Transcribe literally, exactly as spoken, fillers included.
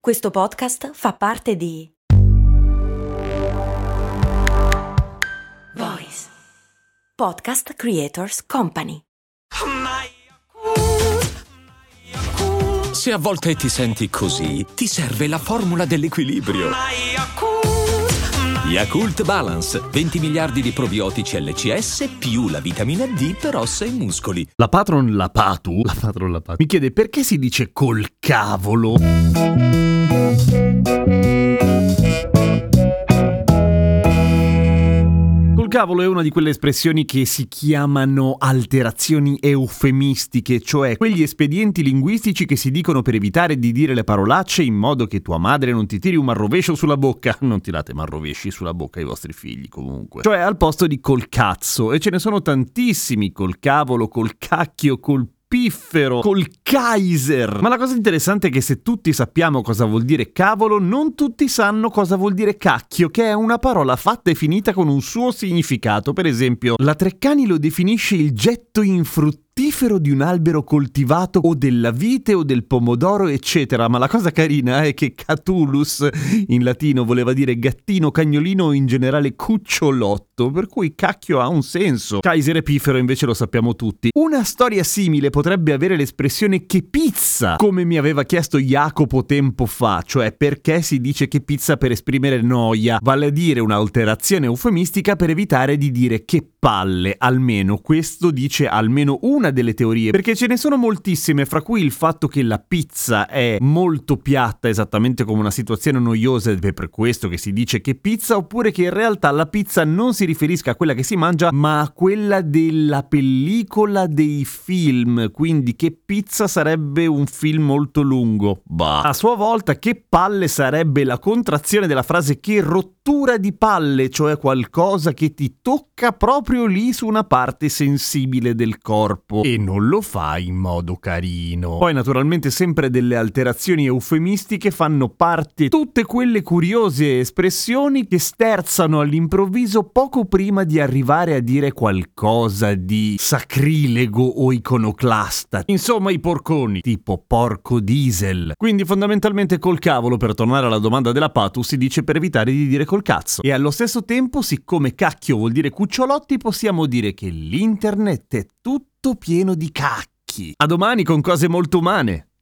Questo podcast fa parte di Voice Podcast Creators Company. Se a volte ti senti così, ti serve la formula dell'equilibrio. Yakult Balance, venti miliardi di probiotici L C S più la vitamina D per ossa e muscoli. La patron la Patu, la patron la Patu, mi chiede perché si dice col cavolo. Col cavolo è una di quelle espressioni che si chiamano alterazioni eufemistiche, cioè quegli espedienti linguistici che si dicono per evitare di dire le parolacce in modo che tua madre non ti tiri un marrovescio sulla bocca. Non tirate marrovesci sulla bocca ai vostri figli, comunque. Cioè al posto di col cazzo, e ce ne sono tantissimi: col cavolo, col cacchio, col piffero, col Kaiser. Ma la cosa interessante è che se tutti sappiamo cosa vuol dire cavolo, non tutti sanno cosa vuol dire cacchio, che è una parola fatta e finita con un suo significato. Per esempio, la Treccani lo definisce il getto infruttifero di un albero coltivato o della vite o del pomodoro, eccetera. Ma la cosa carina è che Catulus in latino voleva dire gattino, cagnolino o in generale cucciolotto, per cui cacchio ha un senso. Kaiser e piffero invece lo sappiamo tutti. Una storia simile potrebbe avere l'espressione che pizza, come mi aveva chiesto Jacopo tempo fa, cioè perché si dice che pizza per esprimere noia, vale a dire un'alterazione eufemistica per evitare di dire che palle. Almeno questo dice almeno una delle teorie, perché ce ne sono moltissime, fra cui il fatto che la pizza è molto piatta, esattamente come una situazione noiosa ed è per questo che si dice che pizza, oppure che in realtà la pizza non si riferisca a quella che si mangia ma a quella della pellicola dei film, quindi che pizza sarebbe un film molto lungo. Bah. A sua volta che palle sarebbe la contrazione della frase che rottura di palle, cioè qualcosa che ti tocca proprio lì su una parte sensibile del corpo e non lo fa in modo carino. Poi naturalmente sempre delle alterazioni eufemistiche fanno parte tutte quelle curiose espressioni che sterzano all'improvviso poco prima di arrivare a dire qualcosa di sacrilego o iconoclasta. Insomma i porconi, tipo porco diesel. Quindi fondamentalmente col cavolo, per tornare alla domanda della Patu, si dice per evitare di dire col cazzo. E allo stesso tempo, siccome cacchio vuol dire cucciolotti, possiamo dire che l'internet è tutto pieno di cacchi. A domani con cose molto umane.